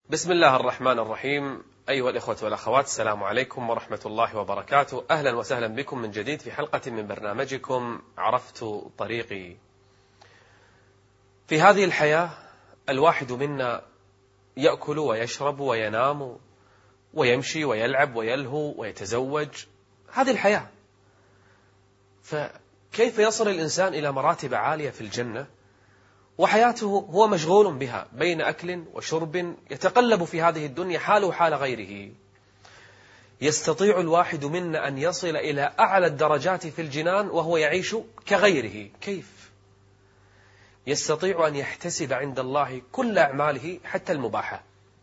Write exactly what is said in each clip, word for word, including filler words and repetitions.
بسم الله الرحمن الرحيم. أيها الإخوة والأخوات، السلام عليكم ورحمة الله وبركاته. أهلا وسهلا بكم من جديد في حلقة من برنامجكم عرفت طريقي. في هذه الحياة الواحد منا يأكل ويشرب وينام ويمشي ويلعب ويلهو ويتزوج، هذه الحياة. فكيف يصل الإنسان إلى مراتب عالية في الجنة وحياته هو مشغول بها بين أكل وشرب، يتقلب في هذه الدنيا حاله حال غيره؟ يستطيع الواحد منا أن يصل إلى أعلى الدرجات في الجنان وهو يعيش كغيره. كيف؟ يستطيع أن يحتسب عند الله كل أعماله حتى المباحة.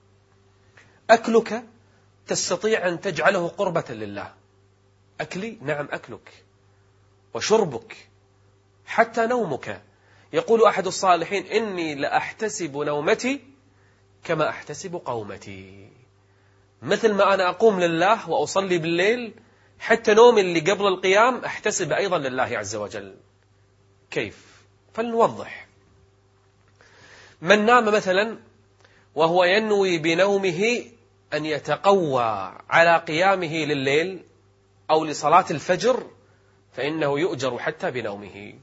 أكلك تستطيع أن تجعله قربة لله. أكلي، نعم أكلك، وشربك، حتى نومك. يقول أحد الصالحين: إني لأحتسب نومتي كما أحتسب قومتي. مثل ما أنا أقوم لله وأصلي بالليل، حتى نومي اللي قبل القيام أحتسب أيضا لله عز وجل. كيف؟ فلنوضح. من نام مثلا وهو ينوي بنومه أن يتقوى على قيامه لليل أو لصلاة الفجر، فإنه يؤجر حتى بنومه.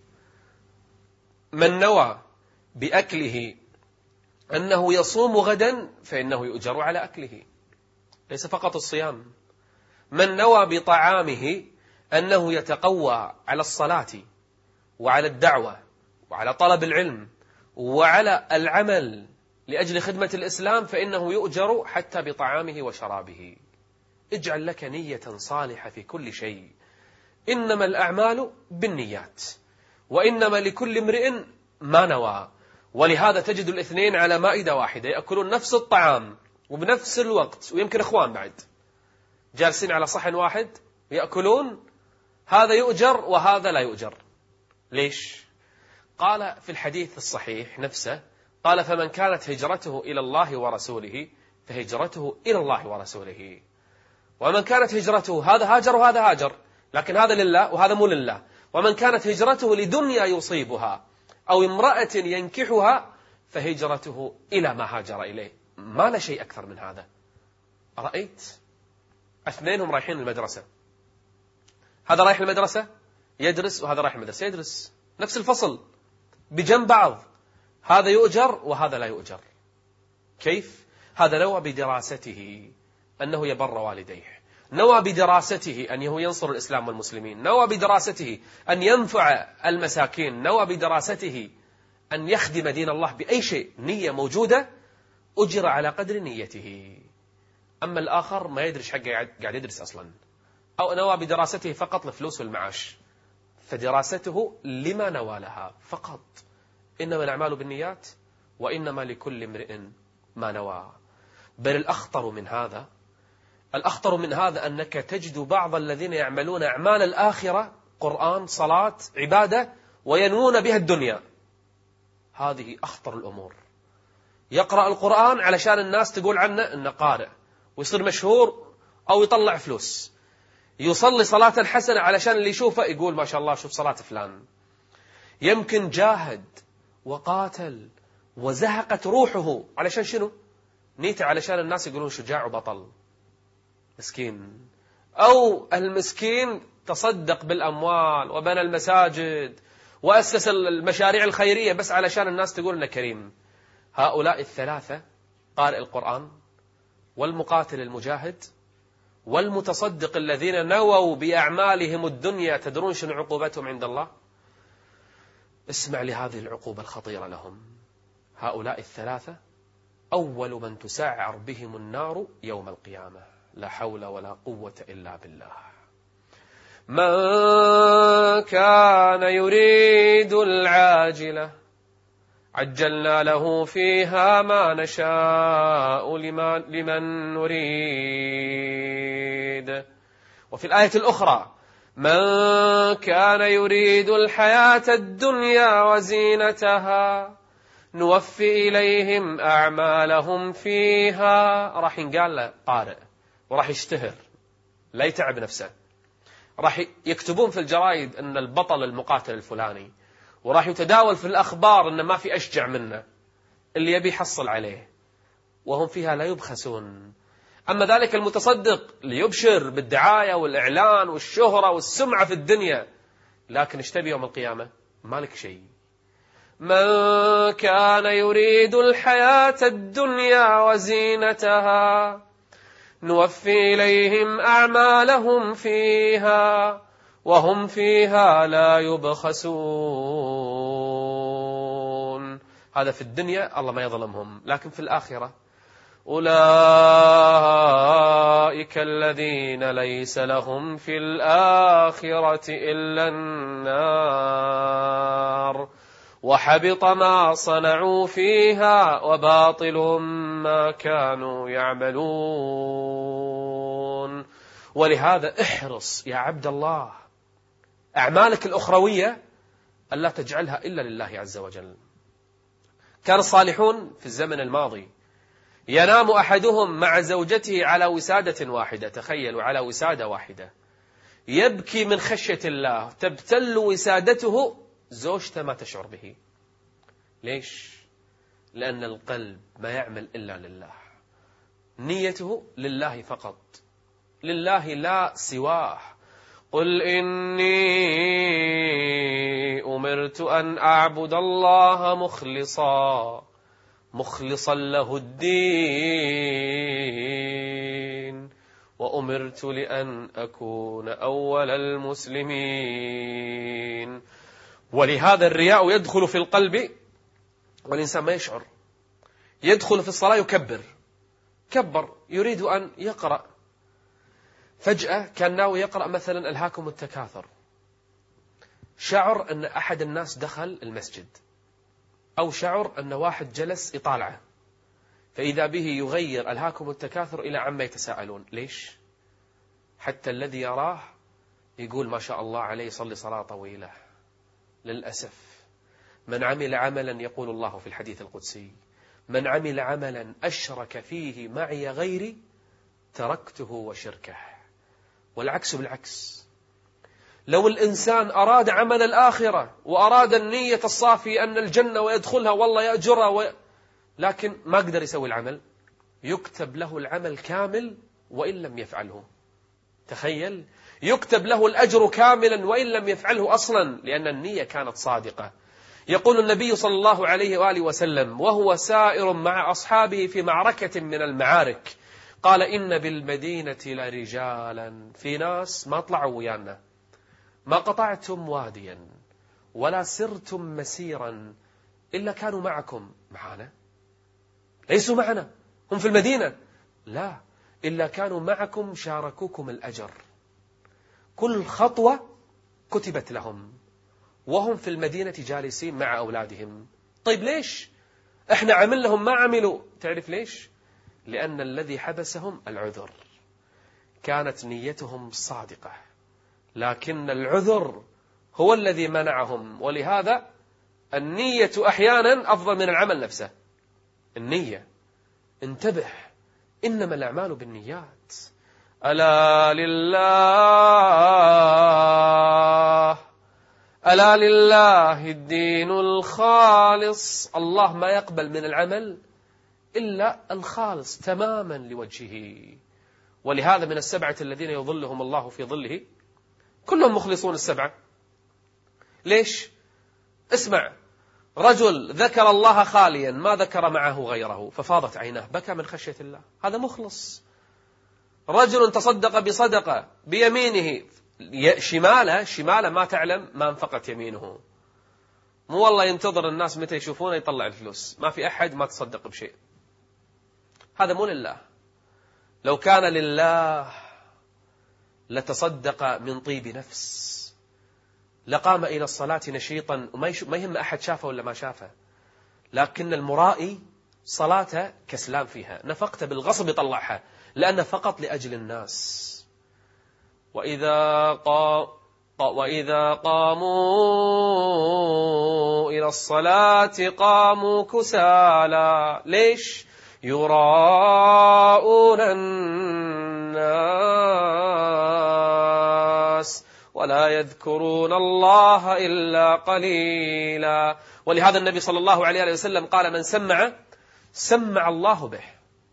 من نوى بأكله أنه يصوم غدا، فإنه يؤجر على أكله، ليس فقط الصيام. من نوى بطعامه أنه يتقوى على الصلاة وعلى الدعوة وعلى طلب العلم وعلى العمل لأجل خدمة الإسلام، فإنه يؤجر حتى بطعامه وشرابه. اجعل لك نية صالحة في كل شيء. إنما الأعمال بالنيات، وإنما لكل امرئ ما نوى. ولهذا تجد الاثنين على مائدة واحدة يأكلون نفس الطعام وبنفس الوقت، ويمكن إخوان بعد جالسين على صحن واحد يأكلون، هذا يؤجر وهذا لا يؤجر. ليش؟ قال في الحديث الصحيح نفسه، قال: فمن كانت هجرته إلى الله ورسوله فهجرته إلى الله ورسوله. ومن كانت هجرته، هذا هاجر وهذا هاجر، لكن هذا لله وهذا مو لله. ومن كانت هجرته لدنيا يصيبها أو امرأة ينكحها فهجرته إلى ما هاجر إليه. ما لا شيء أكثر من هذا. رأيت اثنينهم رايحين المدرسة، هذا رايح المدرسة يدرس وهذا رايح المدرسة يدرس، نفس الفصل بجنب بعض، هذا يؤجر وهذا لا يؤجر. كيف؟ هذا نوى بدراسته أنه يبر والديه، نوى بدراسته أنه ينصر الإسلام والمسلمين، نوى بدراسته أن ينفع المساكين، نوى بدراسته أن يخدم دين الله بأي شيء. نية موجودة، أجر على قدر نيته. أما الآخر ما يدري حقه قاعد يدرس أصلا، أو نوى بدراسته فقط لفلوس والمعاش، فدراسته لما نوى لها فقط. إنما الأعمال بالنيات، وإنما لكل امرئ ما نوى. بل الأخطر من هذا الأخطر من هذا أنك تجد بعض الذين يعملون أعمال الآخرة، قرآن، صلاة، عبادة، وينوون بها الدنيا. هذه أخطر الأمور. يقرأ القرآن علشان الناس تقول عنه إنه قارئ ويصير مشهور أو يطلع فلوس. يصلي صلاة حسنة علشان اللي يشوفه يقول ما شاء الله شوف صلاة فلان. يمكن جاهد وقاتل وزهقت روحه علشان شنو؟ نيته علشان الناس يقولون شجاع وبطل. مسكين. أو المسكين تصدق بالأموال وبنى المساجد وأسس المشاريع الخيرية بس علشان الناس تقول إنه كريم. هؤلاء الثلاثة، قارئ القرآن والمقاتل المجاهد والمتصدق، الذين نووا بأعمالهم الدنيا، تدرون شنو عقوبتهم عند الله؟ اسمع لهذه العقوبة الخطيرة لهم. هؤلاء الثلاثة أول من تسعر بهم النار يوم القيامة. لا حول ولا قوة إلا بالله. من كان يريد العاجلة عجلنا له فيها ما نشاء لمن نريد. وفي الآية الأخرى: من كان يريد الحياة الدنيا وزينتها نوفي إليهم أعمالهم فيها. راح ينقال له قارئ وراح يشتهر، لا يتعب نفسه. راح يكتبون في الجرائد أن البطل المقاتل الفلاني، وراح يتداول في الأخبار أن ما في أشجع منه، اللي يبي يحصل عليه. وهم فيها لا يبخسون. أما ذلك المتصدق ليبشر بالدعاية والإعلان والشهرة والسمعة في الدنيا، لكن ايش تبي يوم القيامة؟ مالك شيء. من كان يريد الحياة الدنيا وزينتها نوفي إليهم أعمالهم فيها وهم فيها لا يبخسون. هذا في الدنيا الله ما يظلمهم، لكن في الآخرة أولئك الذين ليس لهم في الآخرة إلا النار وحبط ما صنعوا فيها وباطل ما كانوا يعملون. ولهذا احرص يا عبد الله أعمالك الأخروية ألا تجعلها إلا لله عز وجل. كان الصالحون في الزمن الماضي ينام أحدهم مع زوجته على وسادة واحدة، تخيلوا، على وسادة واحدة، يبكي من خشية الله، تبتل وسادته، زوجته ما تشعر به. ليش؟ لأن القلب ما يعمل إلا لله، نيته لله فقط، لله لا سواه. قل إني أمرت أن أعبد الله مخلصا مخلصا له الدين وأمرت لأن أكون أول المسلمين. ولهذا الرياء يدخل في القلب والإنسان ما يشعر. يدخل في الصلاة يكبر، كبر يريد أن يقرأ، فجأة كان ناوي يقرأ مثلا ألهاكم التكاثر، شعر أن أحد الناس دخل المسجد، أو شعر أن واحد جلس يطالعه، فإذا به يغير ألهاكم التكاثر إلى عما يتساءلون. ليش؟ حتى الذي يراه يقول ما شاء الله عليه يصلي صلاة طويلة. للأسف من عمل عملا، يقول الله في الحديث القدسي: من عمل عملا أشرك فيه معي غيري تركته وشركه. والعكس بالعكس، لو الإنسان أراد عمل الآخرة وأراد النية الصافية أن الجنة ويدخلها والله يأجرها و... لكن ما قدر يسوي العمل، يكتب له العمل كامل وإن لم يفعله. تخيل، يكتب له الأجر كاملا وإن لم يفعله أصلا، لأن النية كانت صادقة. يقول النبي صلى الله عليه وآله وسلم وهو سائر مع أصحابه في معركة من المعارك، قال: إن بالمدينة لرجالا، في ناس ما طلعوا ويانا، ما قطعتم واديا ولا سرتم مسيرا إلا كانوا معكم. معنا؟ ليسوا معنا، هم في المدينة، لا، إلا كانوا معكم شاركوكم الأجر، كل خطوة كتبت لهم وهم في المدينة جالسين مع أولادهم. طيب ليش إحنا عمل لهم ما عملوا؟ تعرف ليش؟ لأن الذي حبسهم العذر، كانت نيتهم صادقة، لكن العذر هو الذي منعهم. ولهذا النية أحيانا أفضل من العمل نفسه. النية، انتبه، إنما الأعمال بالنيات. ألا لله ألا لله الدين الخالص. الله ما يقبل من العمل إلا الخالص تماما لوجهه. ولهذا من السبعة الذين يظلهم الله في ظله كلهم مخلصون السبعة. ليش؟ اسمع، رجل ذكر الله خاليا ما ذكر معه غيره ففاضت عيناه، بكى من خشية الله، هذا مخلص. رجل تصدق بصدقة بيمينه، شماله شماله ما تعلم ما انفقت يمينه، مو والله ينتظر الناس متى يشوفونه يطلع الفلوس، ما في أحد ما تصدق بشيء، هذا مو لله. لو كان لله لتصدق من طيب نفس، لقام إلى الصلاة نشيطا وما يهم أحد شافه ولا ما شافه. لكن المرائي صلاته كسلان فيها، نفقته بالغصب يطلعها لأنه فقط لأجل الناس. وإذا قام وإذا قاموا إلى الصلاة قاموا كسالى. ليش؟ يراءون الناس ولا يذكرون الله إلا قليلا. ولهذا النبي صلى الله عليه وسلم قال: من سمع سمع الله به.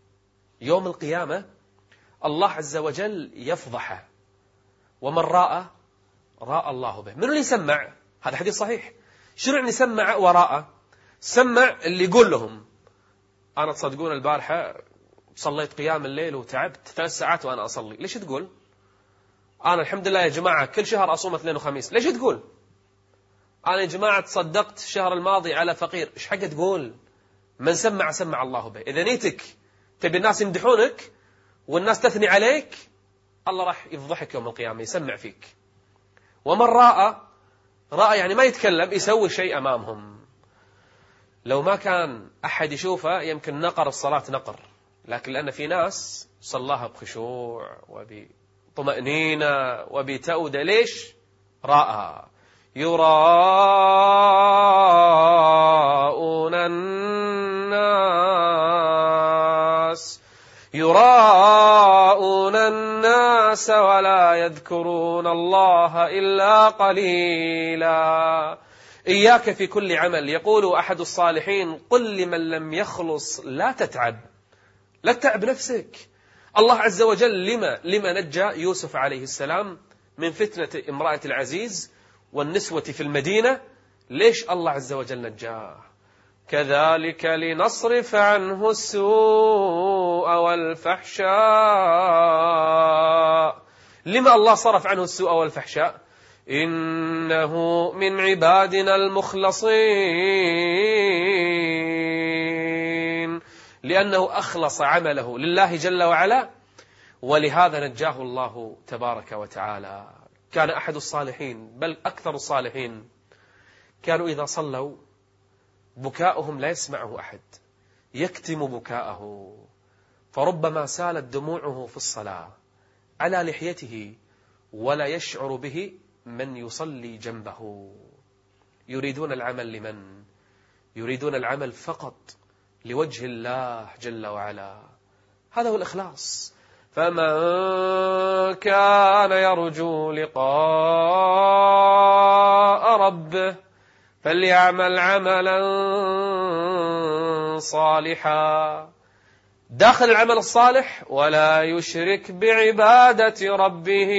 يوم القيامة الله عز وجل يفضحه، ومن راء راء الله به. من اللي يسمع؟ هذا حديث صحيح. شنو يعني سمع وراء؟ سمع اللي يقول لهم أنا تصدقون البارحة صليت قيام الليل وتعبت ثلاث ساعات وأنا أصلي. ليش تقول؟ أنا الحمد لله يا جماعة كل شهر أصوم اثنين وخميس. ليش تقول؟ أنا يا جماعة تصدقت الشهر الماضي على فقير. إيش حق تقول؟ من سمع سمع الله به. إذا نيتك تبي الناس يمدحونك والناس تثني عليك، الله راح يفضحك يوم القيامة، يسمع فيك. ومن راء راء يعني ما يتكلم، يسوي شيء أمامهم. لو ما كان أحد يشوفه يمكن نقر الصلاة نقر، لكن لأن في ناس صلاها بخشوع وبطمأنينة وبتأودة. ليش؟ راء. يراءون الناس يراءون الناس ولا يذكرون الله إلا قليلا. إياك في كل عمل. يقول أحد الصالحين قل لمن لم يخلص لا تتعب. لا تتعب نفسك. الله عز وجل لما, لما نجى يوسف عليه السلام من فتنة امرأة العزيز والنسوة في المدينة؟ ليش الله عز وجل نجاه؟ كذلك لنصرف عنه السوء والفحشاء. لما الله صرف عنه السوء والفحشاء؟ إنه من عبادنا المخلصين، لأنه أخلص عمله لله جل وعلا، ولهذا نجاه الله تبارك وتعالى. كان أحد الصالحين بل أكثر الصالحين كانوا إذا صلوا بكاؤهم لا يسمعه أحد، يكتم بكاءه، فربما سالت دموعه في الصلاة على لحيته ولا يشعر به من يصلي جنبه. يريدون العمل لمن؟ يريدون العمل فقط لوجه الله جل وعلا. هذا هو الإخلاص. فمن كان يرجو لقاء ربه فليعمل عملا صالحا. داخل العمل الصالح ولا يشرك بعبادة ربه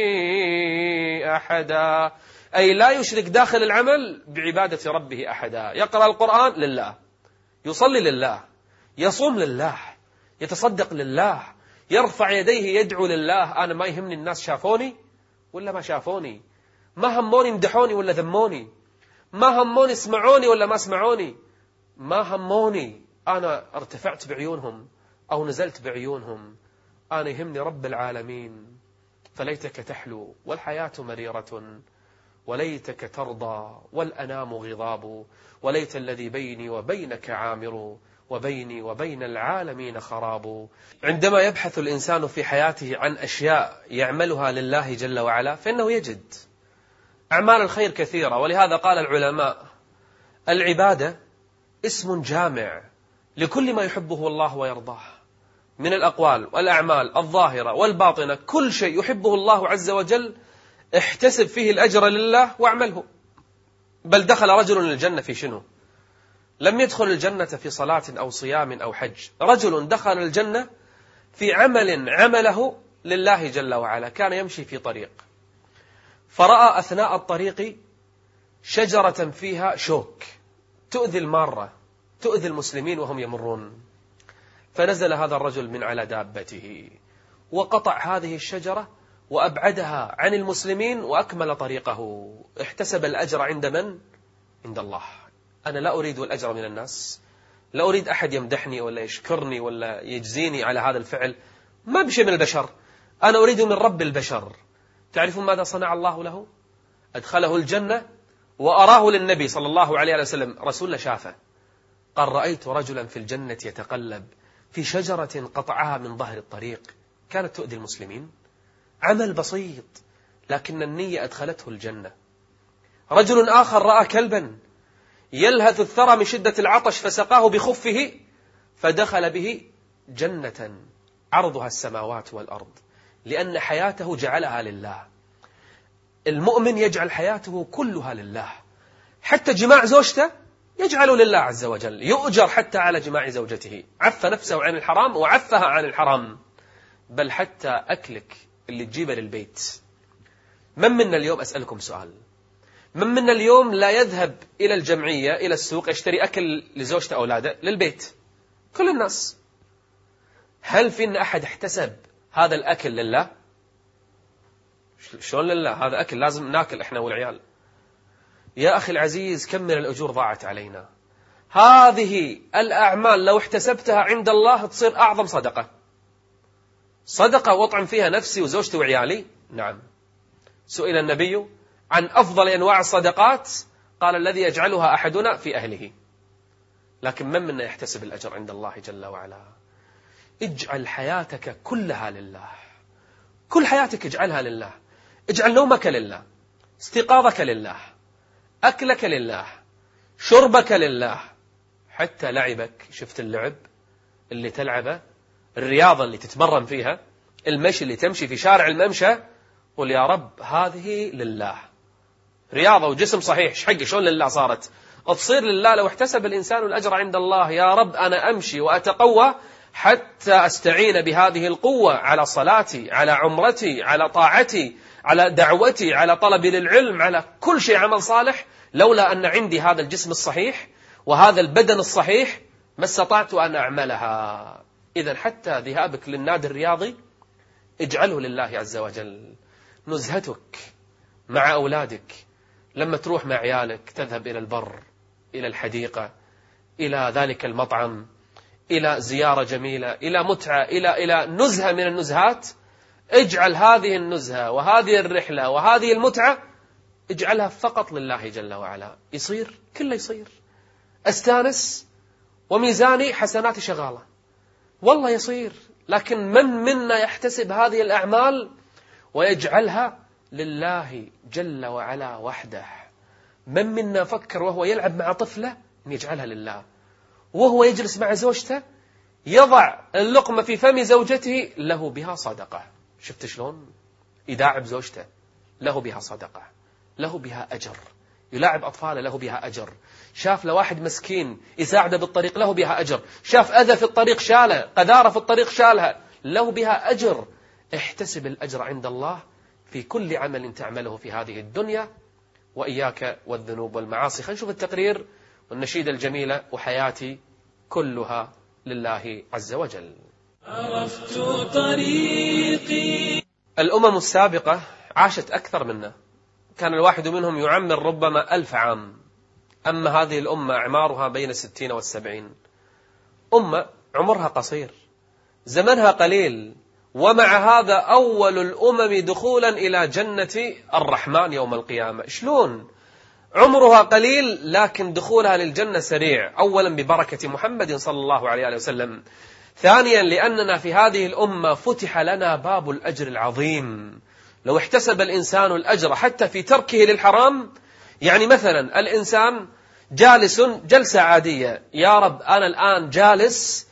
أحدا، أي لا يشرك داخل العمل بعبادة ربه أحدا. يقرأ القرآن لله، يصلي لله، يصوم لله، يتصدق لله، يرفع يديه يدعو لله. أنا ما يهمني الناس شافوني ولا ما شافوني، ما هموني مدحوني ولا ذموني، ما هموني اسمعوني ولا ما اسمعوني، ما هموني أنا ارتفعت بعيونهم أو نزلت بعيونهم. أنا يهمني رب العالمين. فليتك تحلو والحياة مريرة، وليتك ترضى والأنام غضاب، وليت الذي بيني وبينك عامر، وبيني وبين العالمين خراب. عندما يبحث الإنسان في حياته عن أشياء يعملها لله جل وعلا فإنه يجد أعمال الخير كثيرة. ولهذا قال العلماء العبادة اسم جامع لكل ما يحبه الله ويرضاه من الأقوال والأعمال الظاهرة والباطنة. كل شيء يحبه الله عز وجل احتسب فيه الأجر لله واعمله. بل دخل رجل الجنة في شنو؟ لم يدخل الجنة في صلاة أو صيام أو حج. رجل دخل الجنة في عمل عمله لله جل وعلا. كان يمشي في طريق فرأى أثناء الطريق شجرة فيها شوك تؤذي المارة، تؤذي المسلمين وهم يمرون. فنزل هذا الرجل من على دابته وقطع هذه الشجرة وأبعدها عن المسلمين وأكمل طريقه. احتسب الأجر عند من؟ عند الله. أنا لا أريد الأجر من الناس، لا أريد أحد يمدحني ولا يشكرني ولا يجزيني على هذا الفعل، ما بشيء من البشر، أنا أريد من رب البشر. تعرفون ماذا صنع الله له؟ أدخله الجنة وأراه للنبي صلى الله عليه وسلم. رسول شافه قال رأيت رجلا في الجنة يتقلب في شجرة قطعها من ظهر الطريق كانت تؤذي المسلمين. عمل بسيط لكن النية أدخلته الجنة. رجل آخر رأى كلبا يلهث الثرى من شدة العطش فسقاه بخفه فدخل به جنة عرضها السماوات والأرض، لأن حياته جعلها لله. المؤمن يجعل حياته كلها لله، حتى جماع زوجته يجعل لله عز وجل، يؤجر حتى على جماع زوجته، عف نفسه عن الحرام وعفها عن الحرام. بل حتى أكلك اللي تجيبه للبيت، من منا اليوم، أسألكم سؤال، من منا اليوم لا يذهب إلى الجمعية إلى السوق يشتري أكل لزوجته أولاده للبيت؟ كل الناس. هل فينا أحد احتسب هذا الأكل لله؟ شلون لله؟ هذا أكل لازم ناكل إحنا والعيال. يا أخي العزيز، كم من الأجور ضاعت علينا. هذه الأعمال لو احتسبتها عند الله تصير أعظم صدقة. صدقة وأطعم فيها نفسي وزوجتي وعيالي؟ نعم. سئل النبي عن أفضل أنواع الصدقات، قال الذي يجعلها أحدنا في أهله. لكن من منا يحتسب الأجر عند الله جل وعلا؟ اجعل حياتك كلها لله، كل حياتك اجعلها لله. اجعل نومك لله، استيقاظك لله، أكلك لله، شربك لله، حتى لعبك. شفت اللعب اللي تلعبه، الرياضة اللي تتمرن فيها، المشي اللي تمشي في شارع الممشى، قل يا رب هذه لله. رياضة وجسم صحيح، ايش حق شلون لله صارت؟ تصير لله لو احتسب الإنسان الأجر عند الله. يا رب أنا أمشي وأتقوى حتى أستعين بهذه القوة على صلاتي، على عمرتي، على طاعتي، على دعوتي، على طلبي للعلم، على كل شيء عمل صالح. لولا أن عندي هذا الجسم الصحيح وهذا البدن الصحيح ما استطعت أن أعملها. إذن حتى ذهابك للنادي الرياضي اجعله لله عز وجل. نزهتك مع أولادك، لما تروح مع عيالك تذهب إلى البر، إلى الحديقة، إلى ذلك المطعم، إلى زيارة جميلة، إلى متعة، إلى إلى نزهة من النزهات، اجعل هذه النزهة وهذه الرحلة وهذه المتعة اجعلها فقط لله جل وعلا. يصير كله يصير. استانس وميزاني حسناتي شغالة، والله يصير. لكن من منا يحتسب هذه الأعمال ويجعلها لله جل وعلا وحده؟ من منا فكر وهو يلعب مع طفله أن يجعلها لله، وهو يجلس مع زوجته يضع اللقمة في فم زوجته له بها صدقة؟ شفت شلون يداعب زوجته؟ له بها صدقة، له بها أجر. يلاعب أطفاله له بها أجر. شاف لواحد مسكين يساعده بالطريق له بها أجر. شاف أذى في الطريق شاله، قذارة في الطريق شالها، له بها أجر. احتسب الأجر عند الله في كل عمل تعمله في هذه الدنيا، وإياك والذنوب والمعاصي. خلينا نشوف التقرير والنشيدة الجميلة. وحياتي كلها لله عز وجل. عرفت طريقي. الأمم السابقة عاشت أكثر منا، كان الواحد منهم يعمر ربما ألف عام. أما هذه الأمة أعمارها بين الستين والسبعين. أمة عمرها قصير، زمنها قليل، ومع هذا أول الأمم دخولا إلى جنة الرحمن يوم القيامة. شلون؟ عمرها قليل لكن دخولها للجنة سريع. أولا ببركة محمد صلى الله عليه وسلم. ثانيا لأننا في هذه الأمة فتح لنا باب الأجر العظيم. لو احتسب الإنسان الأجر حتى في تركه للحرام، يعني مثلا الإنسان جالس جلسة عادية، يا رب أنا الآن جالس،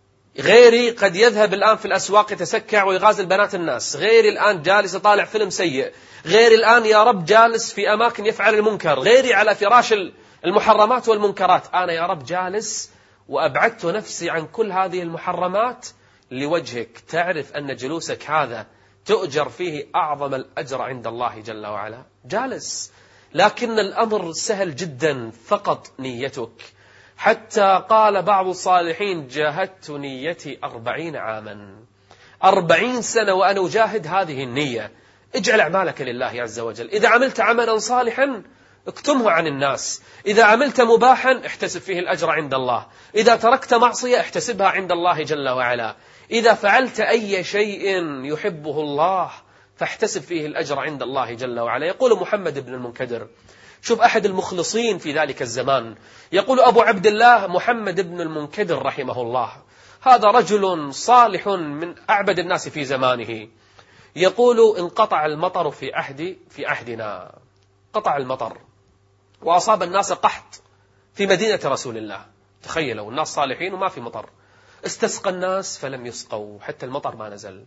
غيري قد يذهب الآن في الأسواق يتسكع ويغازل بنات الناس، غيري الآن جالس يطالع فيلم سيء، غيري الآن يا رب جالس في أماكن يفعل المنكر، غيري على فراش المحرمات والمنكرات. أنا يا رب جالس وأبعدت نفسي عن كل هذه المحرمات لوجهك. تعرف أن جلوسك هذا تؤجر فيه أعظم الأجر عند الله جل وعلا. جالس، لكن الأمر سهل جدا، فقط نيتك. حتى قال بعض الصالحين جاهدت نيتي أربعين عاما، أربعين سنة وأنا أجاهد هذه النية. اجعل أعمالك لله عز وجل. إذا عملت عملا صالحا اكتمه عن الناس، إذا عملت مباحا احتسب فيه الأجر عند الله، إذا تركت معصية احتسبها عند الله جل وعلا، إذا فعلت أي شيء يحبه الله فاحتسب فيه الأجر عند الله جل وعلا. يقول محمد بن المنكدر، شوف أحد المخلصين في ذلك الزمان، يقول أبو عبد الله محمد بن المنكدر رحمه الله، هذا رجل صالح من أعبد الناس في زمانه، يقول انقطع المطر في عهد في عهدنا، قطع المطر وأصاب الناس قحط في مدينة رسول الله. تخيلوا الناس صالحين وما في مطر، استسقى الناس فلم يسقوا، حتى المطر ما نزل.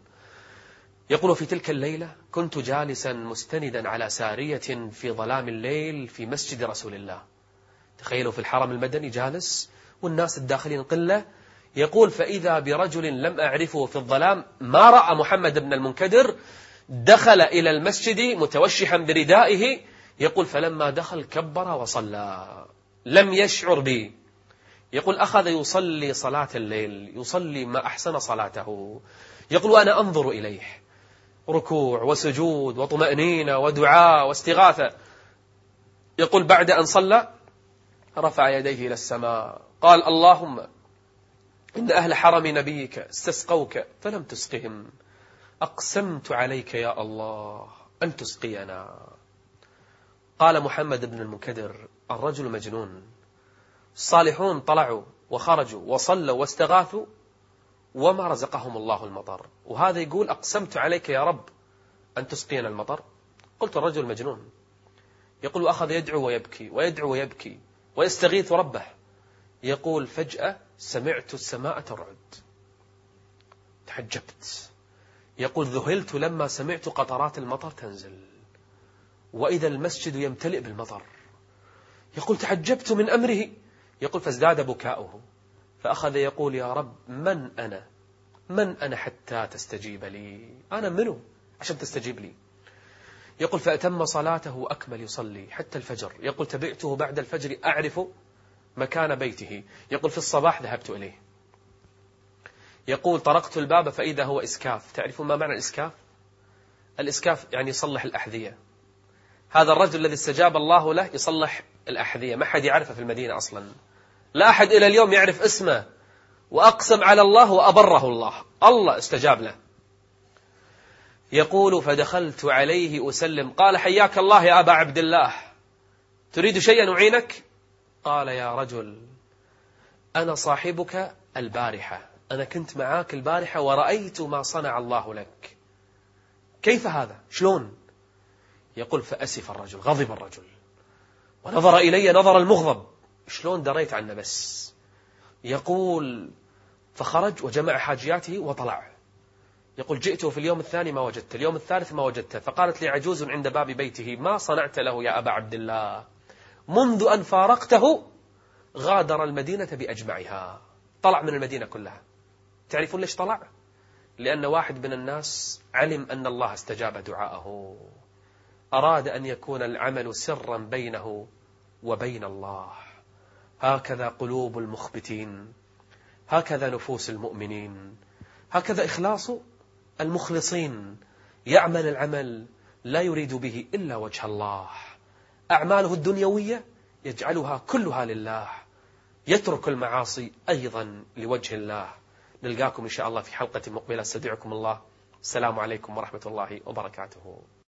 يقول في تلك الليلة كنت جالسا مستندا على سارية في ظلام الليل في مسجد رسول الله. تخيلوا في الحرم المدني جالس والناس الداخلين قلة. يقول فإذا برجل لم أعرفه في الظلام ما رأى محمد بن المنكدر دخل إلى المسجد متوشحا بردائه. يقول فلما دخل كبر وصلى لم يشعر بي. يقول أخذ يصلي صلاة الليل، يصلي ما أحسن صلاته. يقول وأنا أنظر إليه ركوع وسجود وطمأنينة ودعاء واستغاثة. يقول بعد أن صلى رفع يديه إلى السماء قال اللهم إن أهل حرم نبيك استسقوك فلم تسقهم، أقسمت عليك يا الله أن تسقينا. قال محمد بن المنكدر الرجل مجنون. الصالحون طلعوا وخرجوا وصلوا واستغاثوا وما رزقهم الله المطر، وهذا يقول أقسمت عليك يا رب أن تسقينا المطر. قلت الرجل مجنون. يقول وأخذ يدعو ويبكي ويدعو ويبكي ويستغيث ربه. يقول فجأة سمعت السماء ترعد، تعجبت. يقول ذهلت لما سمعت قطرات المطر تنزل وإذا المسجد يمتلئ بالمطر. يقول تعجبت من أمره. يقول فازداد بكاؤه فأخذ يقول يا رب من أنا من أنا حتى تستجيب لي، أنا منه عشان تستجيب لي. يقول فأتم صلاته وأكمل يصلي حتى الفجر. يقول تبعته بعد الفجر أعرف مكان بيته. يقول في الصباح ذهبت إليه. يقول طرقت الباب فإذا هو إسكاف. تعرفون ما معنى الإسكاف؟ الإسكاف يعني يصلح الأحذية. هذا الرجل الذي استجاب الله له يصلح الأحذية، ما حد يعرفه في المدينة أصلا، لا أحد إلى اليوم يعرف اسمه، وأقسم على الله وأبره الله، الله استجاب له. يقول فدخلت عليه أسلم. قال حياك الله يا أبا عبد الله، تريد شيئا أعينك؟ قال يا رجل أنا صاحبك البارحة، أنا كنت معاك البارحة ورأيت ما صنع الله لك. كيف هذا؟ شلون؟ يقول فأسف الرجل، غضب الرجل ونظر إلي نظر المغضب، شلون دريت عنه بس. يقول فخرج وجمع حاجياته وطلع. يقول جئته في اليوم الثاني ما وجدته، اليوم الثالث ما وجدته. فقالت لي عجوز عند باب بيته ما صنعت له يا أبا عبد الله؟ منذ أن فارقته غادر المدينة بأجمعها، طلع من المدينة كلها. تعرفون ليش طلع؟ لأن واحد من الناس علم أن الله استجاب دعاءه، أراد أن يكون العمل سرا بينه وبين الله. هكذا قلوب المخبتين، هكذا نفوس المؤمنين، هكذا إخلاص المخلصين. يعمل العمل لا يريد به إلا وجه الله، أعماله الدنيوية يجعلها كلها لله، يترك المعاصي أيضا لوجه الله. نلقاكم إن شاء الله في حلقة مقبلة. استودعكم الله، السلام عليكم ورحمة الله وبركاته.